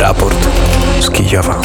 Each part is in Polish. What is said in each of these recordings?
Raport z Kijowa.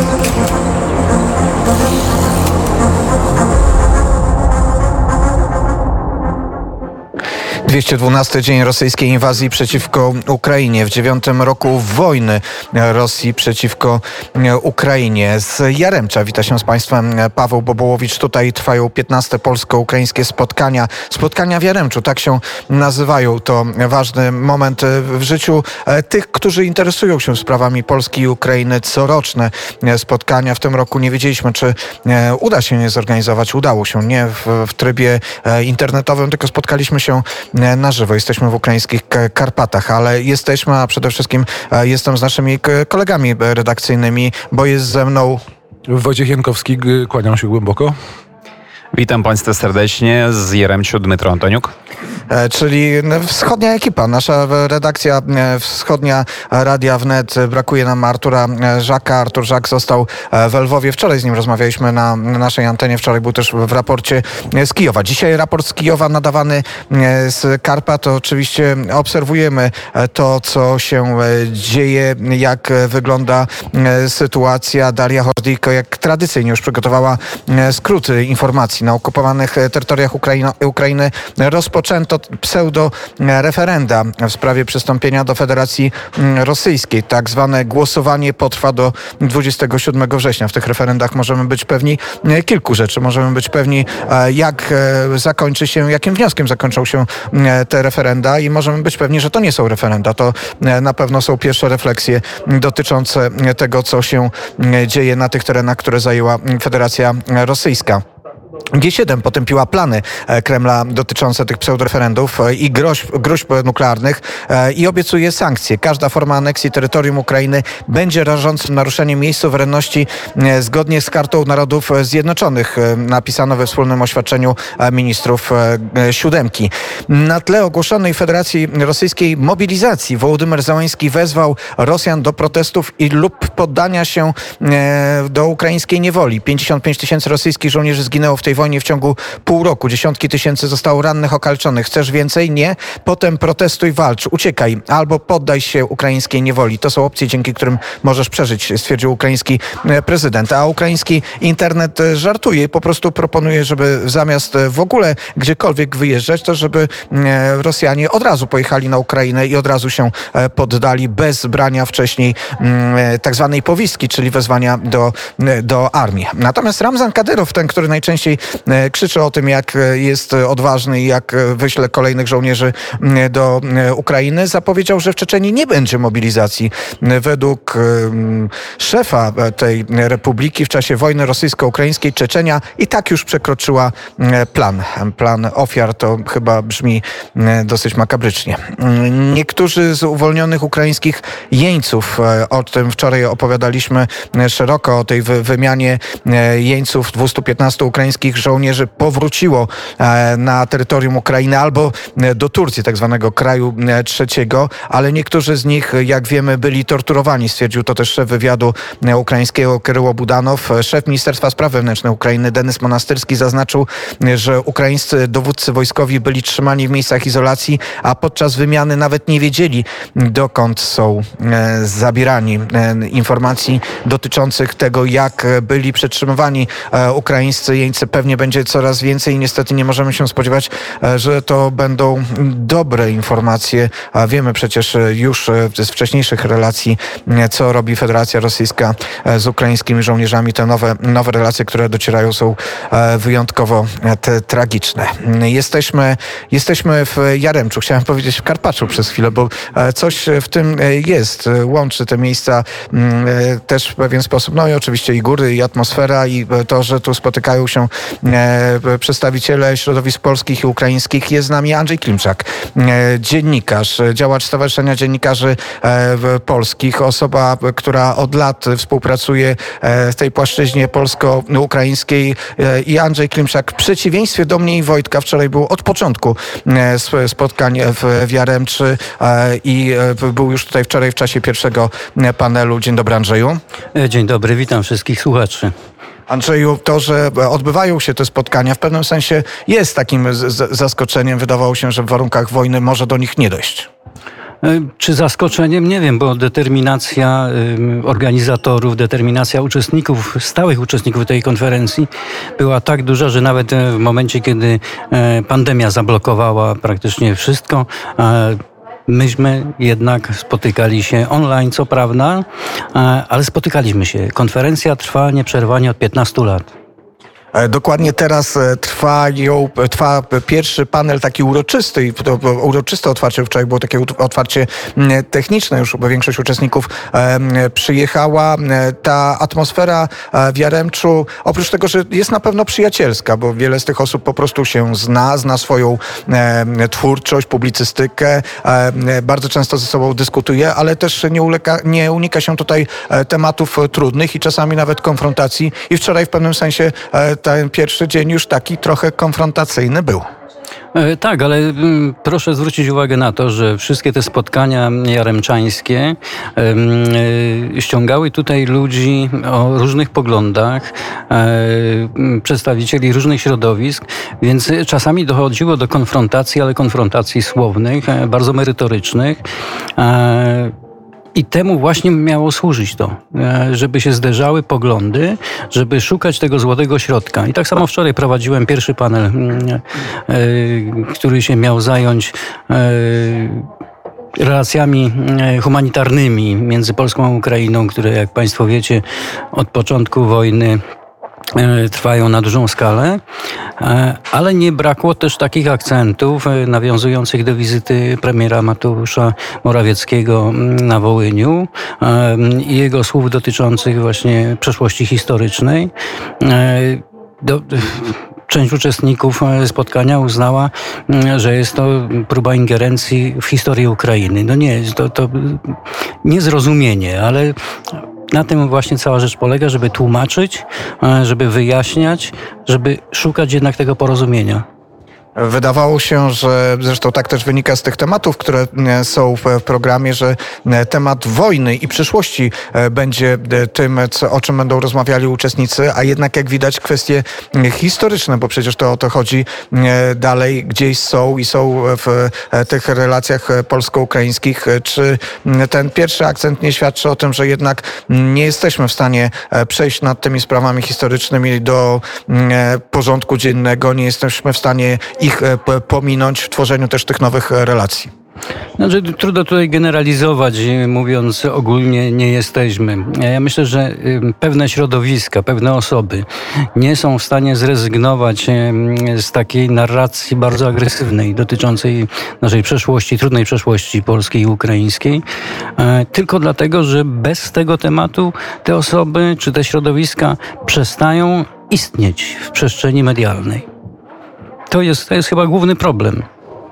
212 dzień rosyjskiej inwazji przeciwko Ukrainie. W 9. roku wojny Rosji przeciwko Ukrainie. Z Jaremcza wita się z Państwem Paweł Bobołowicz. Tutaj trwają 15. polsko-ukraińskie spotkania. Spotkania w Jaremczu, tak się nazywają. To ważny moment w życiu tych, którzy interesują się sprawami Polski i Ukrainy. Coroczne spotkania. W tym roku nie wiedzieliśmy, czy uda się je zorganizować. Udało się. Nie w trybie internetowym, tylko spotkaliśmy się na żywo. Jesteśmy w ukraińskich Karpatach, ale jesteśmy, a przede wszystkim jestem z naszymi kolegami redakcyjnymi, bo jest ze mną Wojciech Jankowski, kłaniam się głęboko. Witam Państwa serdecznie z Jaremciu, Dmytro Antoniuk. Czyli wschodnia ekipa, nasza redakcja wschodnia Radia Wnet. Brakuje nam Artura Żaka. Artur Żak został w Lwowie. Wczoraj z nim rozmawialiśmy na naszej antenie. Wczoraj był też w raporcie z Kijowa. Dzisiaj raport z Kijowa nadawany z Karpat. Oczywiście obserwujemy to, co się dzieje, jak wygląda sytuacja. Daria Hordyjko, jak tradycyjnie już przygotowała skrót informacji. Na okupowanych terytoriach Ukrainy rozpoczęto pseudo-referenda w sprawie przystąpienia do Federacji Rosyjskiej. Tak zwane głosowanie potrwa do 27 września. W tych referendach możemy być pewni kilku rzeczy. Możemy być pewni, jakim wnioskiem zakończą się te referenda i możemy być pewni, że to nie są referenda. To na pewno są pierwsze refleksje dotyczące tego, co się dzieje na tych terenach, które zajęła Federacja Rosyjska. G7 potępiła plany Kremla dotyczące tych pseudoreferendów i groźb nuklearnych i obiecuje sankcje. Każda forma aneksji terytorium Ukrainy będzie rażącym naruszeniem jej suwerenności zgodnie z Kartą Narodów Zjednoczonych. Napisano we wspólnym oświadczeniu ministrów siódemki. Na tle ogłoszonej Federacji Rosyjskiej mobilizacji Wołodymyr Zełański wezwał Rosjan do protestów lub poddania się do ukraińskiej niewoli. 55 tysięcy rosyjskich żołnierzy zginęło w tej wojnie w ciągu pół roku. Dziesiątki tysięcy zostało rannych, okalczonych. Chcesz więcej? Nie? Potem protestuj, walcz, uciekaj albo poddaj się ukraińskiej niewoli. To są opcje, dzięki którym możesz przeżyć, stwierdził ukraiński prezydent. A ukraiński internet żartuje i po prostu proponuje, żeby zamiast w ogóle gdziekolwiek wyjeżdżać, to żeby Rosjanie od razu pojechali na Ukrainę i od razu się poddali bez brania wcześniej tak zwanej powistki, czyli wezwania do armii. Natomiast Ramzan Kadyrow, ten, który najczęściej krzyczy o tym, jak jest odważny i jak wyśle kolejnych żołnierzy do Ukrainy, zapowiedział, że w Czeczenii nie będzie mobilizacji. Według szefa tej republiki w czasie wojny rosyjsko-ukraińskiej Czeczenia i tak już przekroczyła plan ofiar. To chyba brzmi dosyć makabrycznie. Niektórzy z uwolnionych ukraińskich jeńców, o tym wczoraj opowiadaliśmy szeroko, o tej wymianie jeńców, 215 ukraińskich żołnierzy powróciło na terytorium Ukrainy albo do Turcji, tak zwanego kraju trzeciego, ale niektórzy z nich, jak wiemy, byli torturowani. Stwierdził to też szef wywiadu ukraińskiego Kyryło Budanow. Szef Ministerstwa Spraw Wewnętrznych Ukrainy Denys Monastyrski zaznaczył, że ukraińscy dowódcy wojskowi byli trzymani w miejscach izolacji, a podczas wymiany nawet nie wiedzieli, dokąd są zabierani. Informacji dotyczących tego, jak byli przetrzymywani ukraińscy jeńcy, pewnie będzie coraz więcej i niestety nie możemy się spodziewać, że to będą dobre informacje. A wiemy przecież już z wcześniejszych relacji, co robi Federacja Rosyjska z ukraińskimi żołnierzami. Te nowe relacje, które docierają, są wyjątkowo tragiczne. Jesteśmy w Jaremczu. Chciałem powiedzieć w Karpaczu przez chwilę, bo coś w tym jest. Łączy te miejsca też w pewien sposób. No i oczywiście i góry, i atmosfera, i to, że tu spotykają się przedstawiciele środowisk polskich i ukraińskich. Jest z nami Andrzej Klimczak, dziennikarz, działacz Stowarzyszenia Dziennikarzy Polskich, osoba, która od lat współpracuje w tej płaszczyźnie polsko-ukraińskiej. I Andrzej Klimczak, w przeciwieństwie do mnie i Wojtka, wczoraj był od początku spotkań w Jaremczy i był już tutaj wczoraj w czasie pierwszego panelu. Dzień dobry, Andrzeju. Dzień dobry, witam wszystkich słuchaczy. Andrzeju, to, że odbywają się te spotkania, w pewnym sensie jest takim zaskoczeniem. Wydawało się, że w warunkach wojny może do nich nie dojść. Czy zaskoczeniem? Nie wiem, bo determinacja organizatorów, determinacja uczestników, stałych uczestników tej konferencji była tak duża, że nawet w momencie, kiedy pandemia zablokowała praktycznie wszystko, myśmy jednak spotykali się online, co prawda, ale spotykaliśmy się. Konferencja trwa nieprzerwanie od 15 lat. Dokładnie teraz trwa pierwszy panel taki uroczysty, uroczyste otwarcie, wczoraj było takie otwarcie techniczne, już większość uczestników przyjechała. Ta atmosfera w Jaremczu, oprócz tego, że jest na pewno przyjacielska, bo wiele z tych osób po prostu się zna swoją twórczość, publicystykę, bardzo często ze sobą dyskutuje, ale też nie unika się tutaj tematów trudnych i czasami nawet konfrontacji i wczoraj w pewnym sensie ten pierwszy dzień już taki trochę konfrontacyjny był. Tak, ale proszę zwrócić uwagę na to, że wszystkie te spotkania jaremczańskie ściągały tutaj ludzi o różnych poglądach, przedstawicieli różnych środowisk, więc czasami dochodziło do konfrontacji, ale konfrontacji słownych, bardzo merytorycznych. I temu właśnie miało służyć to, żeby się zderzały poglądy, żeby szukać tego złotego środka. I tak samo wczoraj prowadziłem pierwszy panel, który się miał zająć relacjami humanitarnymi między Polską a Ukrainą, które, jak Państwo wiecie, od początku wojny trwają na dużą skalę, ale nie brakło też takich akcentów nawiązujących do wizyty premiera Mateusza Morawieckiego na Wołyniu i jego słów dotyczących właśnie przeszłości historycznej. Część uczestników spotkania uznała, że jest to próba ingerencji w historię Ukrainy. No nie, to niezrozumienie, ale na tym właśnie cała rzecz polega, żeby tłumaczyć, żeby wyjaśniać, żeby szukać jednak tego porozumienia. Wydawało się, że zresztą tak też wynika z tych tematów, które są w programie, że temat wojny i przyszłości będzie tym, o czym będą rozmawiali uczestnicy, a jednak jak widać kwestie historyczne, bo przecież to o to chodzi, dalej gdzieś są i są w tych relacjach polsko-ukraińskich. Czy ten pierwszy akcent nie świadczy o tym, że jednak nie jesteśmy w stanie przejść nad tymi sprawami historycznymi do porządku dziennego, nie jesteśmy w stanie ich pominąć w tworzeniu też tych nowych relacji? Znaczy, trudno tutaj generalizować, mówiąc ogólnie nie jesteśmy. Ja myślę, że pewne środowiska, pewne osoby nie są w stanie zrezygnować z takiej narracji bardzo agresywnej dotyczącej naszej przeszłości, trudnej przeszłości polskiej i ukraińskiej, tylko dlatego, że bez tego tematu te osoby czy te środowiska przestają istnieć w przestrzeni medialnej. To jest chyba główny problem.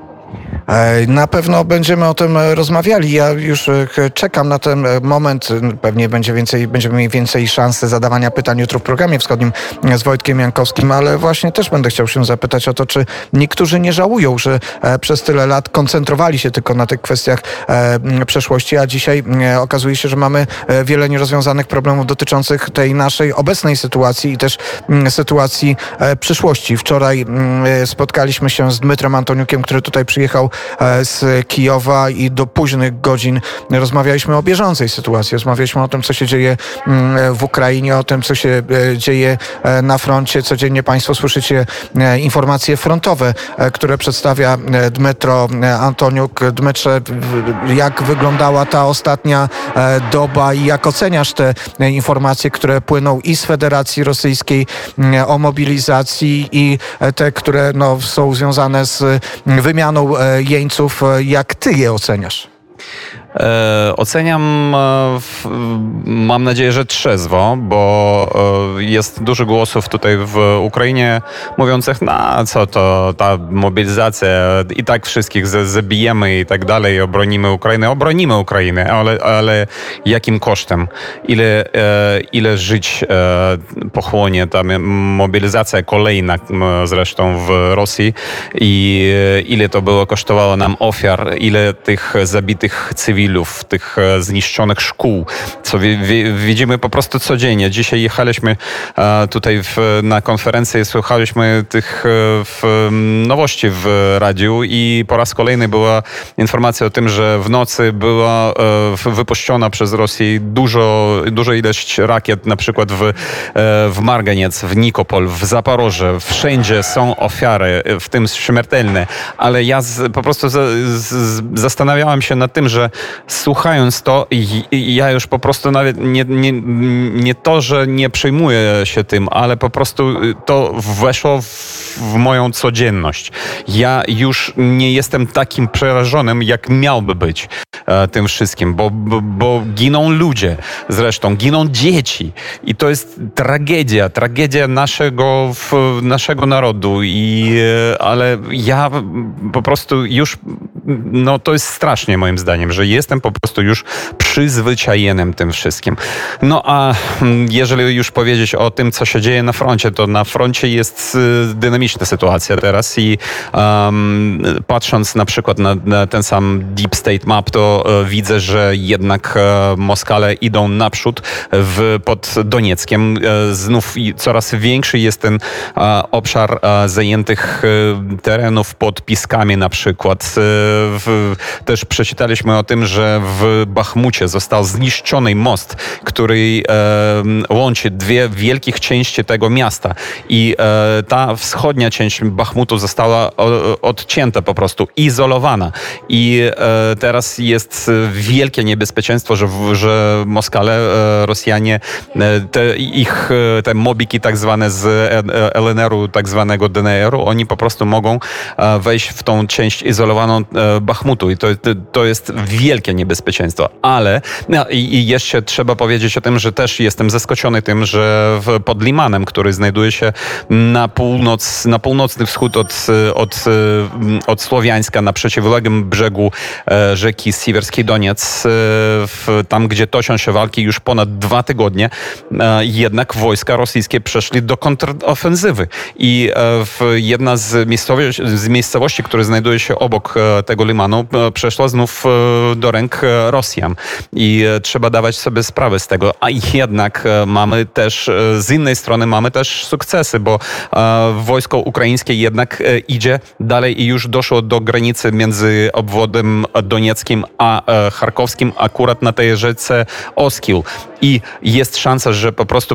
Na pewno będziemy o tym rozmawiali. Ja już czekam na ten moment. Pewnie będziemy mieli więcej szansy zadawania pytań jutro w programie wschodnim z Wojtkiem Jankowskim, ale właśnie też będę chciał się zapytać o to, czy niektórzy nie żałują, że przez tyle lat koncentrowali się tylko na tych kwestiach przeszłości, a dzisiaj okazuje się, że mamy wiele nierozwiązanych problemów dotyczących tej naszej obecnej sytuacji i też sytuacji przyszłości. Wczoraj spotkaliśmy się z Dmytrem Antoniukiem, który tutaj przyjechał z Kijowa i do późnych godzin rozmawialiśmy o bieżącej sytuacji. Rozmawialiśmy o tym, co się dzieje w Ukrainie, o tym, co się dzieje na froncie. Codziennie Państwo słyszycie informacje frontowe, które przedstawia Dmytro Antoniuk. Dmytrze, jak wyglądała ta ostatnia doba i jak oceniasz te informacje, które płyną i z Federacji Rosyjskiej o mobilizacji i te, które są związane z wymianą jeńców? Jak ty je oceniasz? Oceniam, mam nadzieję, że trzeźwo, bo jest dużo głosów tutaj w Ukrainie mówiących, co to, ta mobilizacja, i tak wszystkich zabijemy i tak dalej, obronimy Ukrainę, ale jakim kosztem? Ile żyć pochłonie ta mobilizacja kolejna zresztą w Rosji i ile to było kosztowało nam ofiar, ile tych zabitych cywilów cywilów, tych zniszczonych szkół, co widzimy po prostu codziennie. Dzisiaj jechaliśmy tutaj na konferencję, słuchaliśmy tych nowości w radiu i po raz kolejny była informacja o tym, że w nocy była wypuszczona przez Rosję duża ilość rakiet, na przykład w Marganiec, w Nikopol, w Zaporoże. Wszędzie są ofiary, w tym śmiertelne. Ale ja po prostu zastanawiałem się nad tym, że słuchając to, ja już po prostu nawet nie to, że nie przejmuję się tym, ale po prostu to weszło w moją codzienność. Ja już nie jestem takim przerażonym, jak miałby być tym wszystkim, bo giną ludzie, zresztą giną dzieci i to jest tragedia naszego narodu, ale ja po prostu już, no to jest strasznie moim zdaniem, że jestem po prostu już przyzwyczajonym tym wszystkim. No a jeżeli już powiedzieć o tym, co się dzieje na froncie, to na froncie jest dynamiczna sytuacja teraz i patrząc na przykład na ten sam Deep State Map, to widzę, że jednak Moskale idą naprzód pod Donieckiem. Znów coraz większy jest ten obszar zajętych terenów pod Piskami na przykład. Też przeczytaliśmy o tym, że w Bachmucie został zniszczony most, który łączy dwie wielkich części tego miasta i ta wschodnia część Bachmutu została odcięta po prostu, izolowana i teraz jest wielkie niebezpieczeństwo, że Moskale, Rosjanie, te mobiki tak zwane z LNR-u, tak zwanego DNR-u, oni po prostu mogą wejść w tą część izolowaną Bachmutu i to jest wielkie niebezpieczeństwo, ale i jeszcze trzeba powiedzieć o tym, że też jestem zaskoczony tym, że pod Limanem, który znajduje się na północny wschód od Słowiańska, na przeciwległym brzegu rzeki Siwerski Doniec, tam gdzie toczą się walki już ponad 2 tygodnie, jednak wojska rosyjskie przeszli do kontrofensywy i jedna z miejscowości, które znajduje się obok tego Limanu, przeszła znów do ręk Rosjan i trzeba dawać sobie sprawę z tego, a jednak mamy też, z innej strony mamy też sukcesy, bo wojsko ukraińskie jednak idzie dalej i już doszło do granicy między obwodem donieckim a charkowskim, akurat na tej rzece Oskil. I jest szansa, że po prostu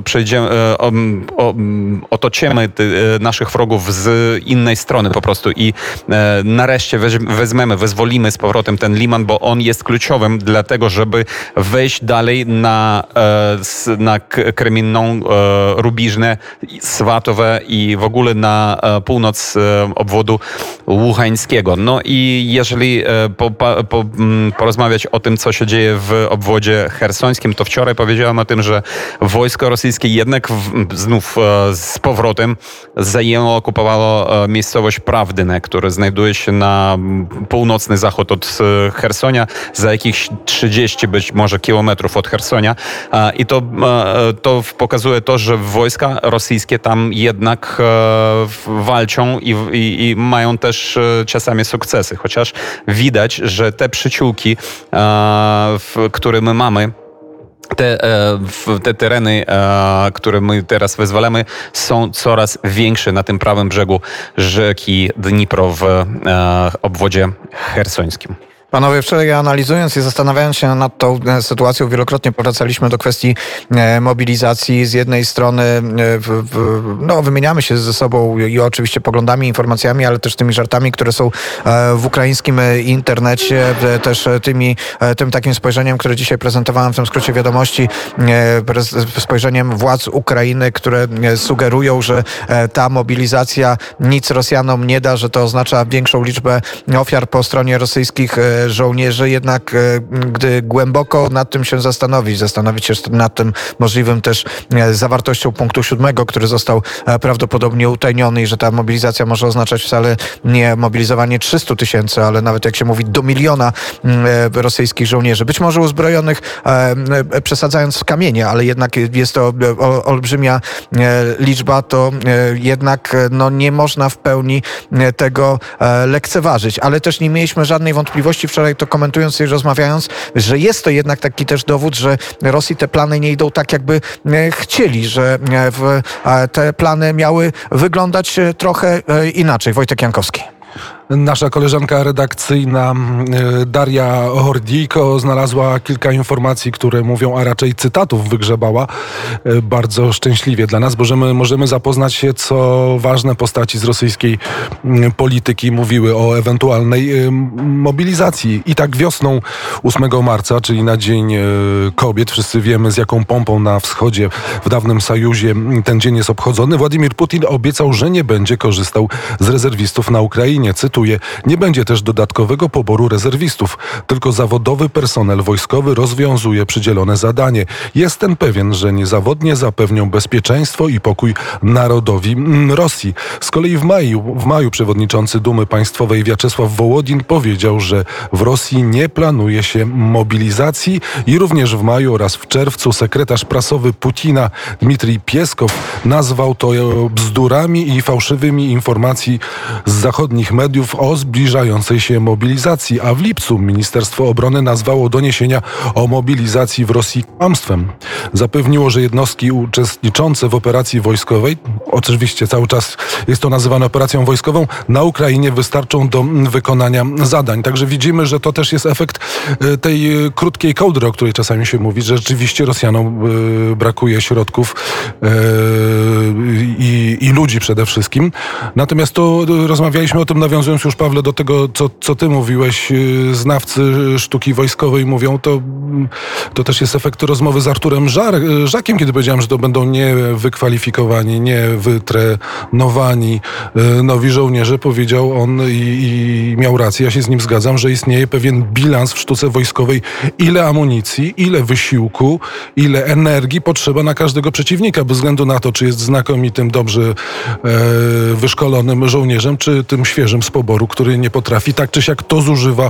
otoczymy naszych wrogów z innej strony po prostu i nareszcie wyzwolimy z powrotem ten Liman, bo on jest kluczowym dlatego, żeby wejść dalej na Kreminną, Rubiżne, Swatowe i w ogóle na północ obwodu Ługańskiego. No i jeżeli porozmawiać o tym, co się dzieje w obwodzie chersońskim, to wczoraj powiedziałem o tym, że wojsko rosyjskie jednak znów z powrotem okupowało miejscowość Prawdyne, która znajduje się na północny zachód od Chersonia, za jakieś 30 być może kilometrów od Chersonia. I to pokazuje to, że wojska rosyjskie tam jednak walczą i mają też czasami sukcesy. Chociaż widać, że te przyciółki, które my mamy, te tereny, które my teraz wyzwalamy, są coraz większe na tym prawym brzegu rzeki Dnipro w obwodzie chersońskim. Panowie, wczoraj analizując i zastanawiając się nad tą sytuacją, wielokrotnie powracaliśmy do kwestii mobilizacji. Z jednej strony wymieniamy się ze sobą i oczywiście poglądami, informacjami, ale też tymi żartami, które są w ukraińskim internecie, też tym takim spojrzeniem, które dzisiaj prezentowałem w tym skrócie wiadomości, spojrzeniem władz Ukrainy, które sugerują, że ta mobilizacja nic Rosjanom nie da, że to oznacza większą liczbę ofiar po stronie rosyjskich żołnierzy, jednak gdy głęboko nad tym się zastanowić się nad tym możliwym też zawartością punktu 7, który został prawdopodobnie utajniony i że ta mobilizacja może oznaczać wcale nie mobilizowanie 300 000, ale nawet jak się mówi do 1 000 000 rosyjskich żołnierzy. Być może uzbrojonych, przesadzając w kamienie, ale jednak jest to olbrzymia liczba, to jednak nie można w pełni tego lekceważyć. Ale też nie mieliśmy żadnej wątpliwości wczoraj to komentując i rozmawiając, że jest to jednak taki też dowód, że Rosji te plany nie idą tak, jakby chcieli, że te plany miały wyglądać trochę inaczej. Wojtek Jankowski. Nasza koleżanka redakcyjna Daria Hordijko znalazła kilka informacji, które mówią, a raczej cytatów wygrzebała bardzo szczęśliwie dla nas, bo możemy zapoznać się, co ważne postaci z rosyjskiej polityki mówiły o ewentualnej mobilizacji. I tak wiosną 8 marca, czyli na Dzień Kobiet, wszyscy wiemy, z jaką pompą na wschodzie, w dawnym Sojuzie ten dzień jest obchodzony, Władimir Putin obiecał, że nie będzie korzystał z rezerwistów na Ukrainie. Cytuję: nie będzie też dodatkowego poboru rezerwistów, tylko zawodowy personel wojskowy rozwiązuje przydzielone zadanie. Jestem pewien, że niezawodnie zapewnią bezpieczeństwo i pokój narodowi Rosji. Z kolei w maju przewodniczący Dumy Państwowej Wiaczesław Wołodin powiedział, że w Rosji nie planuje się mobilizacji i również w maju oraz w czerwcu sekretarz prasowy Putina Dmitrij Pieskow nazwał to bzdurami i fałszywymi informacji z zachodnich mediów o zbliżającej się mobilizacji, a w lipcu Ministerstwo Obrony nazwało doniesienia o mobilizacji w Rosji kłamstwem. Zapewniło, że jednostki uczestniczące w operacji wojskowej, oczywiście cały czas jest to nazywane operacją wojskową, na Ukrainie wystarczą do wykonania zadań. Także widzimy, że to też jest efekt tej krótkiej kołdry, o której czasami się mówi, że rzeczywiście Rosjanom brakuje środków i ludzi przede wszystkim. Natomiast to rozmawialiśmy o tym, nawiązując już, Pawle, do tego, co ty mówiłeś. Znawcy sztuki wojskowej mówią, to też jest efekt rozmowy z Arturem Żakiem, kiedy powiedziałem, że to będą niewykwalifikowani, niewytrenowani nowi żołnierze. Powiedział on i miał rację, ja się z nim zgadzam, że istnieje pewien bilans w sztuce wojskowej, ile amunicji, ile wysiłku, ile energii potrzeba na każdego przeciwnika, bez względu na to, czy jest znakomitym, dobrze wyszkolonym żołnierzem, czy tym świeżym z poboru, który nie potrafi, tak czy siak to zużywa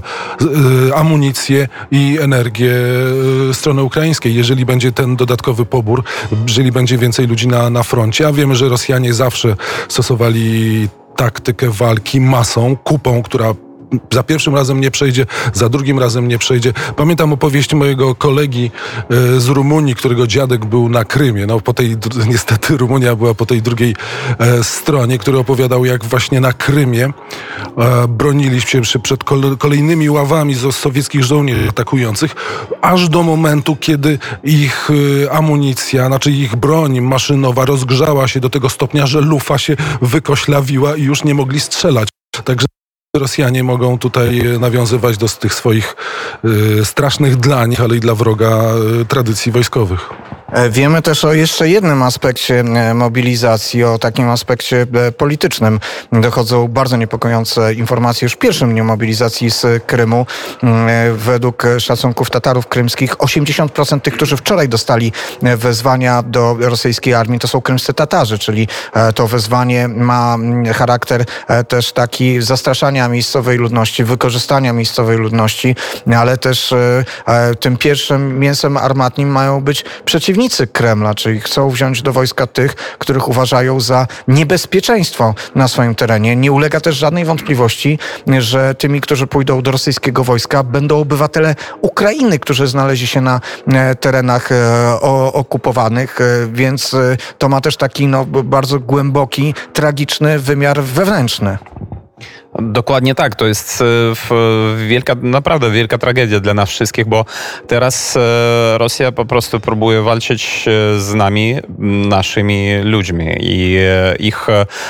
amunicję i energię strony ukraińskiej. Jeżeli będzie ten dodatkowy pobór, jeżeli będzie więcej ludzi na froncie, a wiemy, że Rosjanie zawsze stosowali taktykę walki masą, kupą, która za pierwszym razem nie przejdzie, za drugim razem nie przejdzie. Pamiętam opowieść mojego kolegi z Rumunii, którego dziadek był na Krymie. Niestety Rumunia była po tej drugiej stronie, który opowiadał, jak właśnie na Krymie broniliśmy się przed kolejnymi ławami sowieckich żołnierzy atakujących, aż do momentu, kiedy ich amunicja, znaczy ich broń maszynowa rozgrzała się do tego stopnia, że lufa się wykoślawiła i już nie mogli strzelać. Także Rosjanie mogą tutaj nawiązywać do tych swoich strasznych dla nich, ale i dla wroga tradycji wojskowych. Wiemy też o jeszcze jednym aspekcie mobilizacji, o takim aspekcie politycznym. Dochodzą bardzo niepokojące informacje już w pierwszym dniu mobilizacji z Krymu. Według szacunków Tatarów krymskich 80% tych, którzy wczoraj dostali wezwania do rosyjskiej armii, to są krymscy Tatarzy, czyli to wezwanie ma charakter też taki zastraszania miejscowej ludności, wykorzystania miejscowej ludności, ale też tym pierwszym mięsem armatnim mają być przeciwnicy Kremla, czyli chcą wziąć do wojska tych, których uważają za niebezpieczeństwo na swoim terenie. Nie ulega też żadnej wątpliwości, że tymi, którzy pójdą do rosyjskiego wojska, będą obywatele Ukrainy, którzy znaleźli się na terenach okupowanych, więc to ma też taki bardzo głęboki, tragiczny wymiar wewnętrzny. Dokładnie tak. To jest naprawdę wielka tragedia dla nas wszystkich, bo teraz Rosja po prostu próbuje walczyć z nami, naszymi ludźmi i ich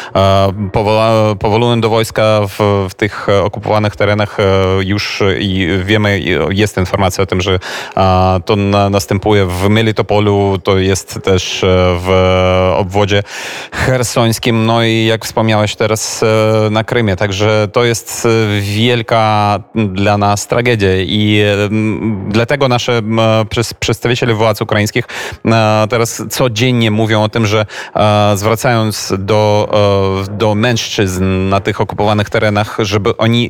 powolują do wojska w tych okupowanych terenach już i wiemy, jest informacja o tym, że to następuje w Melitopolu, to jest też w obwodzie chersońskim, no i jak wspomniałeś teraz na Krymie, także to jest wielka dla nas tragedia i dlatego nasze przedstawiciele władz ukraińskich teraz codziennie mówią o tym, że zwracając do mężczyzn na tych okupowanych terenach, żeby oni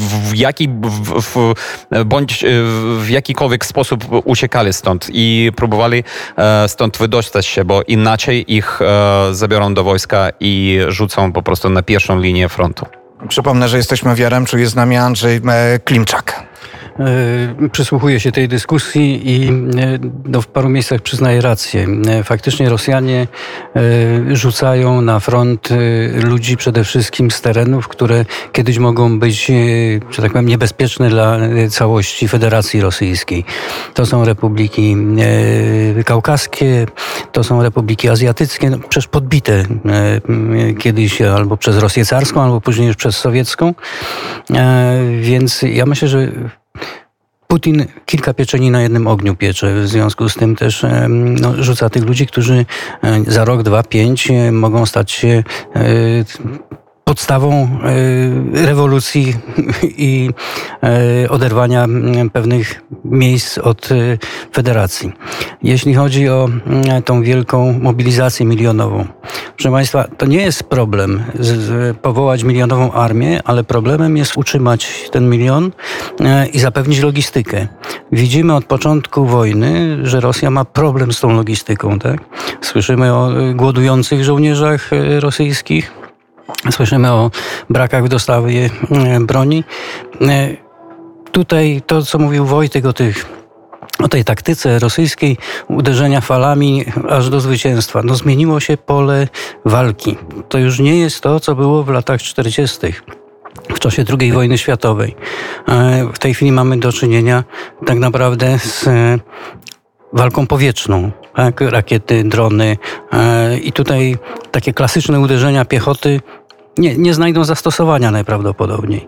bądź w jakikolwiek sposób uciekali stąd i próbowali stąd wydostać się, bo inaczej ich zabiorą do wojska i rzucą po prostu na pierwszą linię frontu. Przypomnę, że jesteśmy w Jaremczu, jest z nami Andrzej Klimczak. przysłuchuję się tej dyskusji i w paru miejscach przyznaję rację. Faktycznie Rosjanie rzucają na front ludzi przede wszystkim z terenów, które kiedyś mogą być, że tak powiem, niebezpieczne dla całości Federacji Rosyjskiej. To są republiki kaukaskie, to są republiki azjatyckie, przecież podbite kiedyś albo przez Rosję carską, albo później już przez sowiecką. Więc ja myślę, że Putin kilka pieczeni na jednym ogniu piecze. W związku z tym też rzuca tych ludzi, którzy za rok, 2, 5 mogą stać się podstawą rewolucji i oderwania pewnych miejsc od federacji. Jeśli chodzi o tą wielką mobilizację milionową, proszę Państwa, to nie jest problem powołać milionową armię, ale problemem jest utrzymać ten milion i zapewnić logistykę. Widzimy od początku wojny, że Rosja ma problem z tą logistyką. Tak? Słyszymy o głodujących żołnierzach rosyjskich. Słyszymy o brakach w dostawie broni. Tutaj to, co mówił Wojtek o tej taktyce rosyjskiej uderzenia falami aż do zwycięstwa. Zmieniło się pole walki. To już nie jest to, co było w latach 40. w czasie II wojny światowej. W tej chwili mamy do czynienia tak naprawdę z walką powietrzną. Tak? Rakiety, drony i tutaj takie klasyczne uderzenia piechoty nie znajdą zastosowania najprawdopodobniej.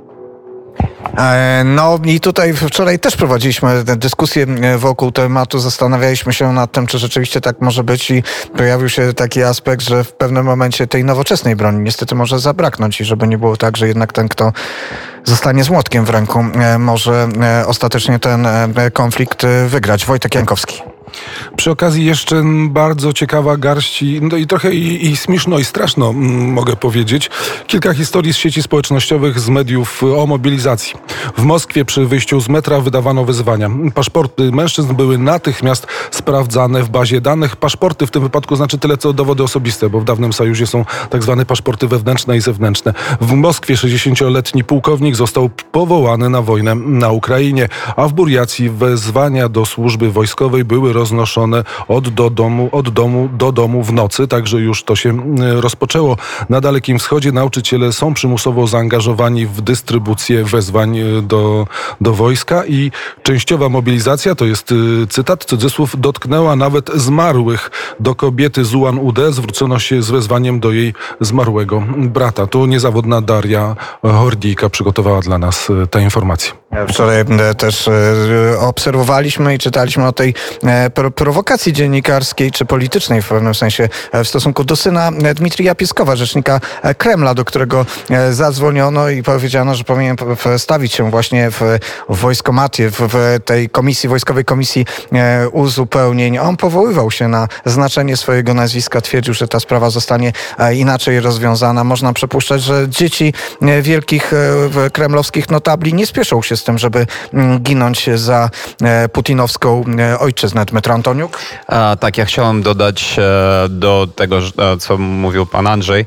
No i tutaj wczoraj też prowadziliśmy dyskusję wokół tematu, zastanawialiśmy się nad tym, czy rzeczywiście tak może być i pojawił się taki aspekt, że w pewnym momencie tej nowoczesnej broni niestety może zabraknąć i żeby nie było tak, że jednak ten, kto zostanie z młotkiem w ręku, może ostatecznie ten konflikt wygrać. Wojtek Jankowski. Przy okazji jeszcze bardzo ciekawa garść i trochę i śmieszno i straszno mogę powiedzieć. Kilka historii z sieci społecznościowych, z mediów o mobilizacji. W Moskwie przy wyjściu z metra wydawano wyzwania. Paszporty mężczyzn były natychmiast sprawdzane w bazie danych. Paszporty w tym wypadku znaczy tyle co dowody osobiste, bo w dawnym Sojuzie są tak zwane paszporty wewnętrzne i zewnętrzne. W Moskwie 60-letni pułkownik został powołany na wojnę na Ukrainie, a w Burjacji wezwania do służby wojskowej były roznoszone od domu do domu w nocy, także już to się rozpoczęło. Na Dalekim Wschodzie nauczyciele są przymusowo zaangażowani w dystrybucję wezwań do wojska i częściowa mobilizacja, to jest cytat, cudzysłów, dotknęła nawet zmarłych. Do kobiety z Ulan-Ude zwrócono się z wezwaniem do jej zmarłego brata. Tu niezawodna Daria Hordijka przygotowała dla nas te informacje. Wczoraj też obserwowaliśmy i czytaliśmy o tej prowokacji dziennikarskiej czy politycznej w pewnym sensie w stosunku do syna Dmitrija Pieskowa, rzecznika Kremla, do którego zadzwoniono i powiedziano, że powinien stawić się właśnie w wojskomacie, w tej komisji, wojskowej komisji uzupełnień. On powoływał się na znaczenie swojego nazwiska, twierdził, że ta sprawa zostanie inaczej rozwiązana. Można przypuszczać, że dzieci wielkich kremlowskich notabli nie spieszą się z tym, żeby ginąć za putinowską ojczyznę. Dmytro Antoniuk? Tak, ja chciałem dodać do tego, co mówił pan Andrzej.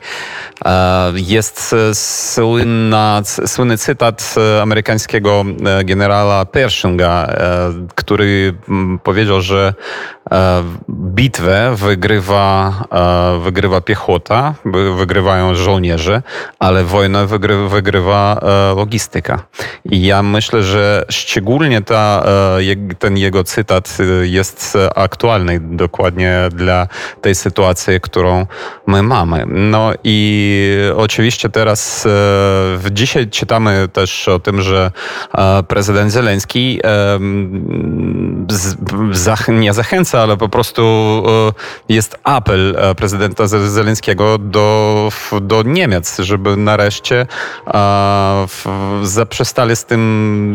Jest słynny cytat amerykańskiego generała Pershinga, który powiedział, że bitwę wygrywa piechota, wygrywają żołnierze, ale wojnę wygrywa logistyka. I ja myślę, że szczególnie ten jego cytat jest aktualny dokładnie dla tej sytuacji, którą my mamy. No i oczywiście teraz dzisiaj czytamy też o tym, że prezydent Zełenski nie zachęca, ale po prostu jest apel prezydenta Zełenskiego do Niemiec, żeby nareszcie zaprzestali z tym,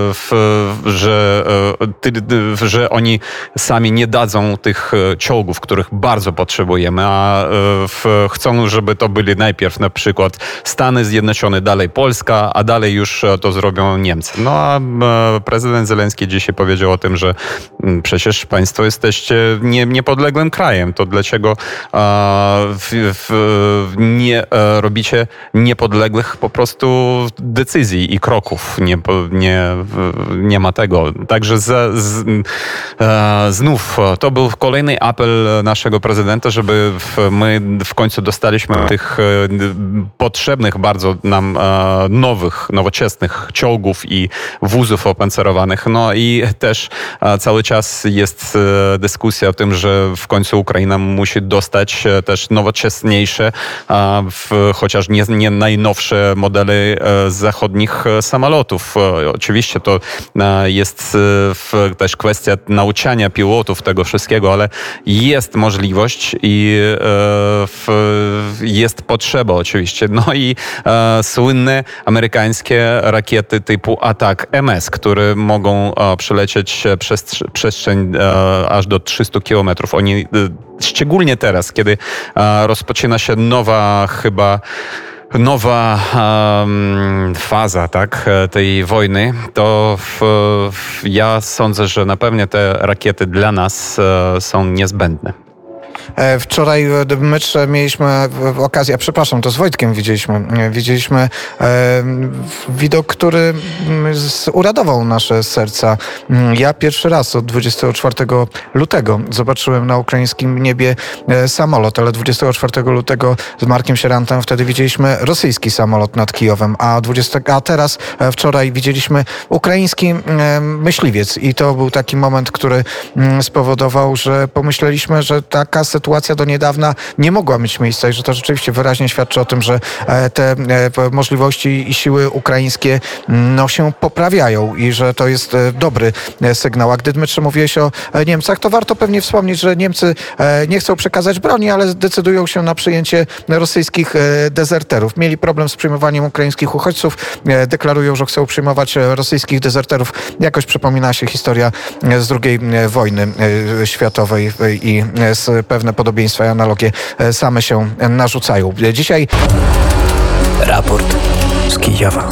że oni sami nie dadzą tych czołgów, których bardzo potrzebujemy, a chcą, żeby to byli najpierw na przykład Stany Zjednoczone, dalej Polska, a dalej już to zrobią Niemcy. No a prezydent Zełenski dzisiaj powiedział o tym, że przecież państwo jesteście niepodległym krajem, to dlaczego nie robicie niepodległych po prostu decyzji i kroków nie ma tego. Także znów to był kolejny apel naszego prezydenta, żeby my w końcu dostaliśmy tych potrzebnych bardzo nam nowoczesnych czołgów i wózów opancerowanych. No i też cały czas jest dyskusja o tym, że w końcu Ukraina musi dostać też nowocześniejsze, chociaż nie najnowsze modele zachodnich samolotów. Oczywiście to jest też kwestia nauczania pilotów tego wszystkiego, ale jest możliwość i jest potrzeba oczywiście. No i słynne amerykańskie rakiety typu Atak MS, które mogą przelecieć przestrzeń aż do 300 kilometrów. Oni szczególnie teraz, kiedy rozpoczyna się nowa faza, tak, tej wojny, to ja sądzę, że na pewno te rakiety dla nas są niezbędne. Wczoraj my mieliśmy okazję, przepraszam, to z Wojtkiem widzieliśmy widok, który uradował nasze serca. Ja pierwszy raz od 24 lutego zobaczyłem na ukraińskim niebie samolot, ale 24 lutego z Markiem Sierantem wtedy widzieliśmy rosyjski samolot nad Kijowem, a teraz wczoraj widzieliśmy ukraiński myśliwiec i to był taki moment, który spowodował, że pomyśleliśmy, że taka sytuacja do niedawna nie mogła mieć miejsca i że to rzeczywiście wyraźnie świadczy o tym, że te możliwości i siły ukraińskie się poprawiają i że to jest dobry sygnał. A gdy, Dmytrze, mówiłeś o Niemcach, to warto pewnie wspomnieć, że Niemcy nie chcą przekazać broni, ale decydują się na przyjęcie rosyjskich dezerterów. Mieli problem z przyjmowaniem ukraińskich uchodźców, deklarują, że chcą przyjmować rosyjskich dezerterów. Jakoś przypomina się historia z II wojny światowej i pewne podobieństwa i analogie same się narzucają. Dzisiaj raport z Kijowa.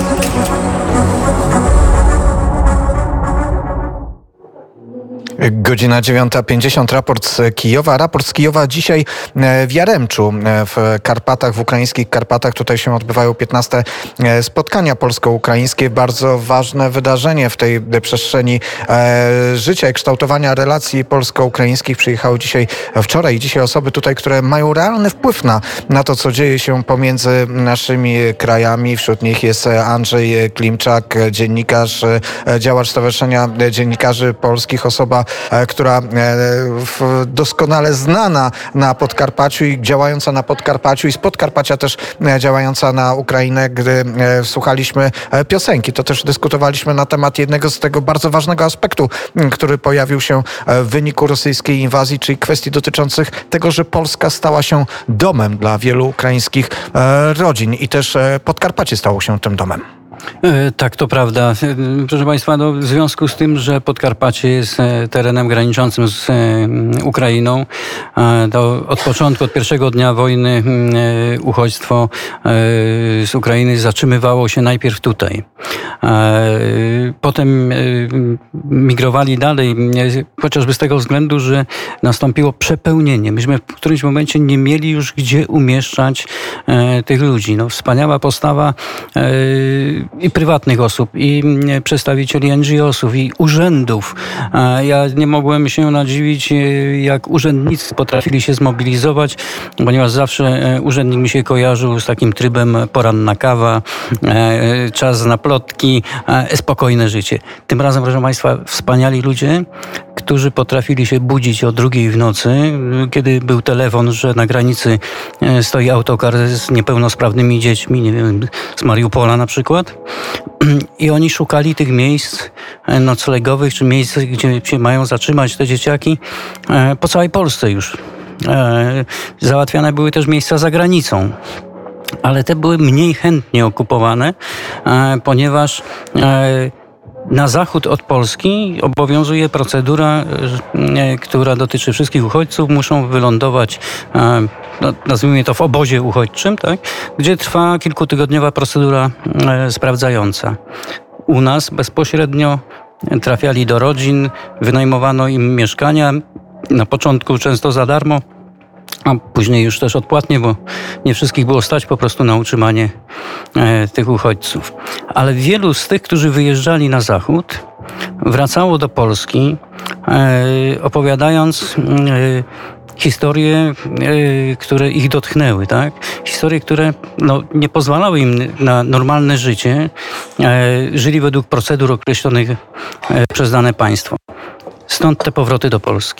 Godzina 9:50, raport z Kijowa. Raport z Kijowa dzisiaj w Jaremczu, w Karpatach, w ukraińskich Karpatach. Tutaj się odbywają 15 spotkania polsko-ukraińskie. Bardzo ważne wydarzenie w tej przestrzeni życia i kształtowania relacji polsko-ukraińskich. Przyjechały wczoraj i dzisiaj osoby tutaj, które mają realny wpływ na to, co dzieje się pomiędzy naszymi krajami. Wśród nich jest Andrzej Klimczak, dziennikarz, działacz Stowarzyszenia Dziennikarzy Polskich, osoba, która doskonale znana na Podkarpaciu i działająca na Podkarpaciu i z Podkarpacia też działająca na Ukrainę. Gdy słuchaliśmy piosenki, to też dyskutowaliśmy na temat jednego z tego bardzo ważnego aspektu, który pojawił się w wyniku rosyjskiej inwazji, czyli kwestii dotyczących tego, że Polska stała się domem dla wielu ukraińskich rodzin i też Podkarpacie stało się tym domem. Tak, to prawda. Proszę Państwa, w związku z tym, że Podkarpacie jest terenem graniczącym z Ukrainą, to od początku, od pierwszego dnia wojny uchodźstwo z Ukrainy zatrzymywało się najpierw tutaj. Potem migrowali dalej, chociażby z tego względu, że nastąpiło przepełnienie. Myśmy w którymś momencie nie mieli już gdzie umieszczać tych ludzi. Wspaniała postawa i prywatnych osób, i przedstawicieli NGO-sów, i urzędów. Ja nie mogłem się nadziwić, jak urzędnicy potrafili się zmobilizować, ponieważ zawsze urzędnik mi się kojarzył z takim trybem poranna kawa, czas na plotki, spokojne życie. Tym razem, proszę Państwa, wspaniali ludzie, którzy potrafili się budzić o 2:00 w nocy, kiedy był telefon, że na granicy stoi autokar z niepełnosprawnymi dziećmi, nie wiem, z Mariupola na przykład. I oni szukali tych miejsc noclegowych, czy miejsc, gdzie się mają zatrzymać te dzieciaki po całej Polsce już. Załatwiane były też miejsca za granicą. Ale te były mniej chętnie okupowane, ponieważ na zachód od Polski obowiązuje procedura, która dotyczy wszystkich uchodźców. Muszą wylądować, nazwijmy to, w obozie uchodźczym, tak? Gdzie trwa kilkutygodniowa procedura sprawdzająca. U nas bezpośrednio trafiali do rodzin, wynajmowano im mieszkania, na początku często za darmo, a później już też odpłatnie, bo nie wszystkich było stać po prostu na utrzymanie tych uchodźców. Ale wielu z tych, którzy wyjeżdżali na zachód, wracało do Polski, opowiadając historie, które ich dotknęły, tak? Historie, które nie pozwalały im na normalne życie. Żyli według procedur określonych przez dane państwo. Stąd te powroty do Polski.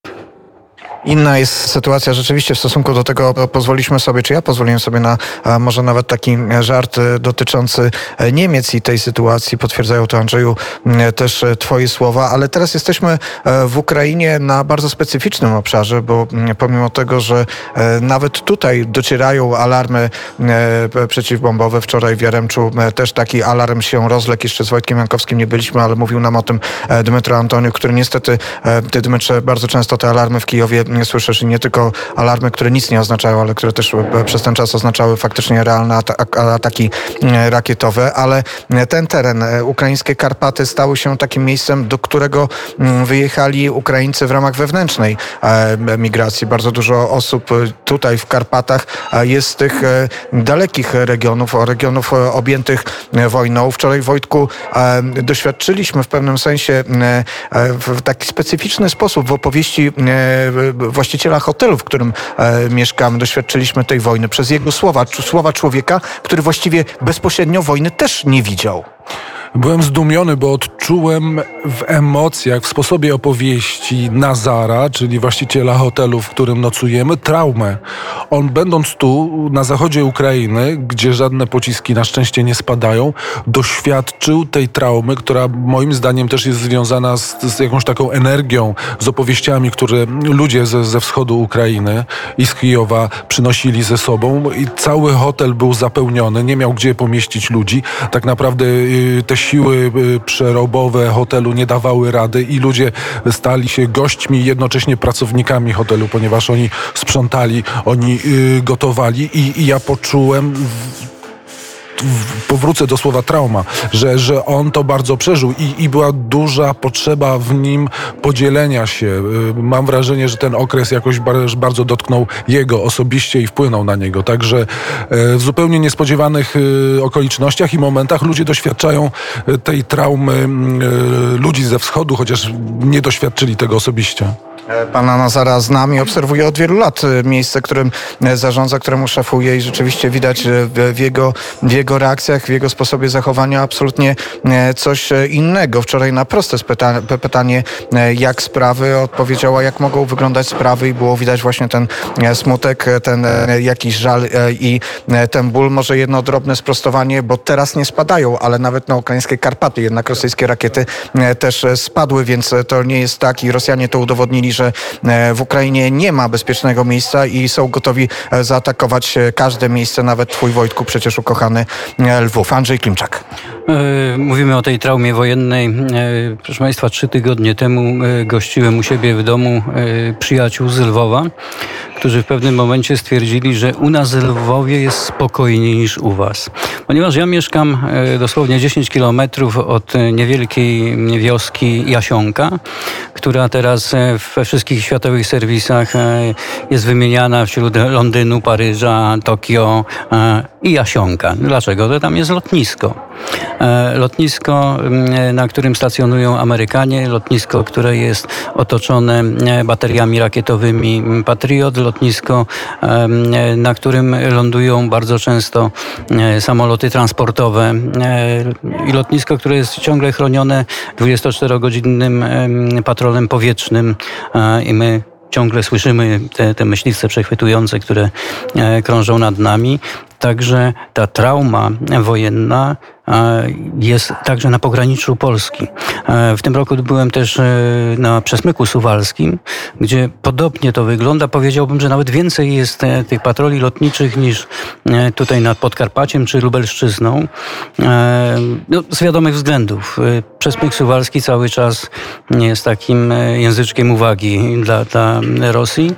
Inna jest sytuacja rzeczywiście w stosunku do tego, pozwoliliśmy sobie, czy ja pozwoliłem sobie na może nawet taki żart dotyczący Niemiec i tej sytuacji. Potwierdzają to, Andrzeju, też twoje słowa, ale teraz jesteśmy w Ukrainie na bardzo specyficznym obszarze, bo pomimo tego, że nawet tutaj docierają alarmy przeciwbombowe, wczoraj w Jaremczu też taki alarm się rozległ, jeszcze z Wojtkiem Jankowskim nie byliśmy, ale mówił nam o tym Dmytro Antoniuk, który niestety, ty Dmytrze, bardzo często te alarmy w Kijowie słyszysz i nie tylko alarmy, które nic nie oznaczają, ale które też przez ten czas oznaczały faktycznie realne ataki rakietowe, ale ten teren, ukraińskie Karpaty, stały się takim miejscem, do którego wyjechali Ukraińcy w ramach wewnętrznej migracji. Bardzo dużo osób tutaj w Karpatach jest z tych dalekich regionów objętych wojną. Wczoraj, Wojtku, doświadczyliśmy w pewnym sensie w taki specyficzny sposób w opowieści właściciela hotelu, w którym mieszkamy, doświadczyliśmy tej wojny przez jego słowa człowieka, który właściwie bezpośrednio wojny też nie widział. Byłem zdumiony, bo odczułem w emocjach, w sposobie opowieści Nazara, czyli właściciela hotelu, w którym nocujemy, traumę. On, będąc tu, na zachodzie Ukrainy, gdzie żadne pociski na szczęście nie spadają, doświadczył tej traumy, która moim zdaniem też jest związana z jakąś taką energią, z opowieściami, które ludzie ze wschodu Ukrainy i z Kijowa przynosili ze sobą. I cały hotel był zapełniony, nie miał gdzie pomieścić ludzi. Tak naprawdę te siły przerobowe hotelu nie dawały rady i ludzie stali się gośćmi i jednocześnie pracownikami hotelu, ponieważ oni sprzątali, oni gotowali i ja poczułem, powrócę do słowa trauma, że on to bardzo przeżył i była duża potrzeba w nim podzielenia się. Mam wrażenie, że ten okres jakoś bardzo dotknął jego osobiście i wpłynął na niego. Także w zupełnie niespodziewanych okolicznościach i momentach ludzie doświadczają tej traumy ludzi ze wschodu, chociaż nie doświadczyli tego osobiście. Pana Nazara znam i obserwuję od wielu lat miejsce, którym zarządza, któremu szefuje i rzeczywiście widać w jego reakcjach, w jego sposobie zachowania absolutnie coś innego. Wczoraj na proste pytanie, jak sprawy, odpowiedziała, jak mogą wyglądać sprawy i było widać właśnie ten smutek, ten jakiś żal i ten ból. Może jedno drobne sprostowanie, bo teraz nie spadają, ale nawet na ukraińskie Karpaty jednak rosyjskie rakiety też spadły, więc to nie jest tak i Rosjanie to udowodnili, że w Ukrainie nie ma bezpiecznego miejsca i są gotowi zaatakować każde miejsce, nawet twój, Wojtku, przecież ukochany Lwów. Andrzej Klimczak. Mówimy o tej traumie wojennej. Proszę Państwa, 3 tygodnie temu gościłem u siebie w domu przyjaciół z Lwowa, którzy w pewnym momencie stwierdzili, że u nas w Lwowie jest spokojniej niż u was. Ponieważ ja mieszkam dosłownie 10 kilometrów od niewielkiej wioski Jasionka, która teraz we wszystkich światowych serwisach jest wymieniana wśród Londynu, Paryża, Tokio i Jasionka. Dlaczego? To tam jest lotnisko. Lotnisko, na którym stacjonują Amerykanie, lotnisko, które jest otoczone bateriami rakietowymi Patriot, lotnisko, na którym lądują bardzo często samoloty transportowe i lotnisko, które jest ciągle chronione 24-godzinnym patrolem powietrznym i my ciągle słyszymy te myśliwce przechwytujące, które krążą nad nami. Także ta trauma wojenna jest także na pograniczu Polski. W tym roku byłem też na Przesmyku Suwalskim, gdzie podobnie to wygląda. Powiedziałbym, że nawet więcej jest tych patroli lotniczych niż tutaj nad Podkarpaciem czy Lubelszczyzną. Z wiadomych względów. Przesmyk Suwalski cały czas jest takim języczkiem uwagi dla Rosji.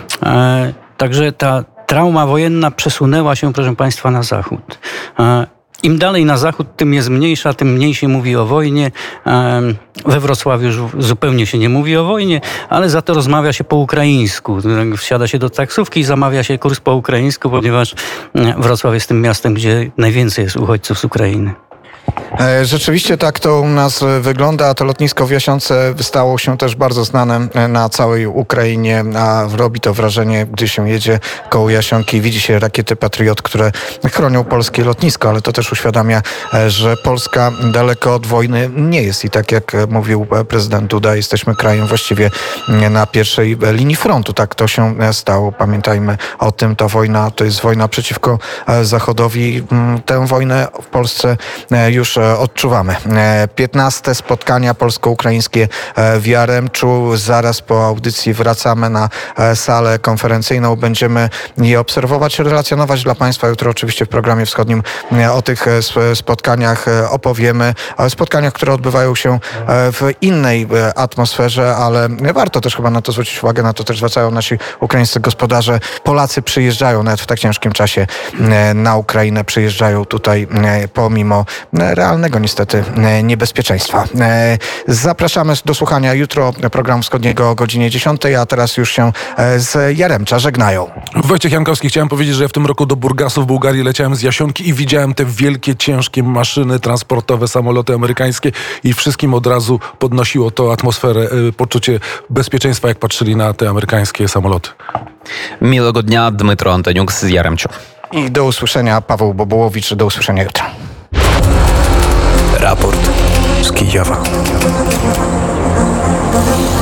Także ta trauma wojenna przesunęła się, proszę Państwa, na zachód. Im dalej na zachód, tym jest mniejsza, tym mniej się mówi o wojnie. We Wrocławiu już zupełnie się nie mówi o wojnie, ale za to rozmawia się po ukraińsku. Wsiada się do taksówki i zamawia się kurs po ukraińsku, ponieważ Wrocław jest tym miastem, gdzie najwięcej jest uchodźców z Ukrainy. Rzeczywiście tak to u nas wygląda. To lotnisko w Jasionce stało się też bardzo znane na całej Ukrainie, a robi to wrażenie, gdy się jedzie koło Jasionki i widzi się rakiety Patriot, które chronią polskie lotnisko, ale to też uświadamia, że Polska daleko od wojny nie jest i tak jak mówił prezydent Duda, jesteśmy krajem właściwie na pierwszej linii frontu. Tak to się stało. Pamiętajmy o tym, ta wojna to jest wojna przeciwko Zachodowi. Tę wojnę w Polsce już odczuwamy. 15 spotkania polsko-ukraińskie w Jaremczu. Zaraz po audycji wracamy na salę konferencyjną. Będziemy je obserwować, relacjonować dla Państwa. Jutro oczywiście w programie wschodnim o tych spotkaniach opowiemy. O spotkaniach, które odbywają się w innej atmosferze, ale warto też chyba na to zwrócić uwagę. Na to też zwracają nasi ukraińscy gospodarze. Polacy przyjeżdżają nawet w tak ciężkim czasie na Ukrainę. Przyjeżdżają tutaj pomimo realnego niestety niebezpieczeństwa. Zapraszamy do słuchania jutro programu wschodniego o godzinie 10, a teraz już się z Jaremcza żegnają. Wojciech Jankowski, chciałem powiedzieć, że ja w tym roku do Burgasu w Bułgarii leciałem z Jasionki i widziałem te wielkie, ciężkie maszyny transportowe, samoloty amerykańskie i wszystkim od razu podnosiło to atmosferę, poczucie bezpieczeństwa, jak patrzyli na te amerykańskie samoloty. Miłego dnia, Dmytro Antoniuk z Jaremczu. I do usłyszenia, Paweł Bobołowicz, do usłyszenia jutro. Raport z Kijowa.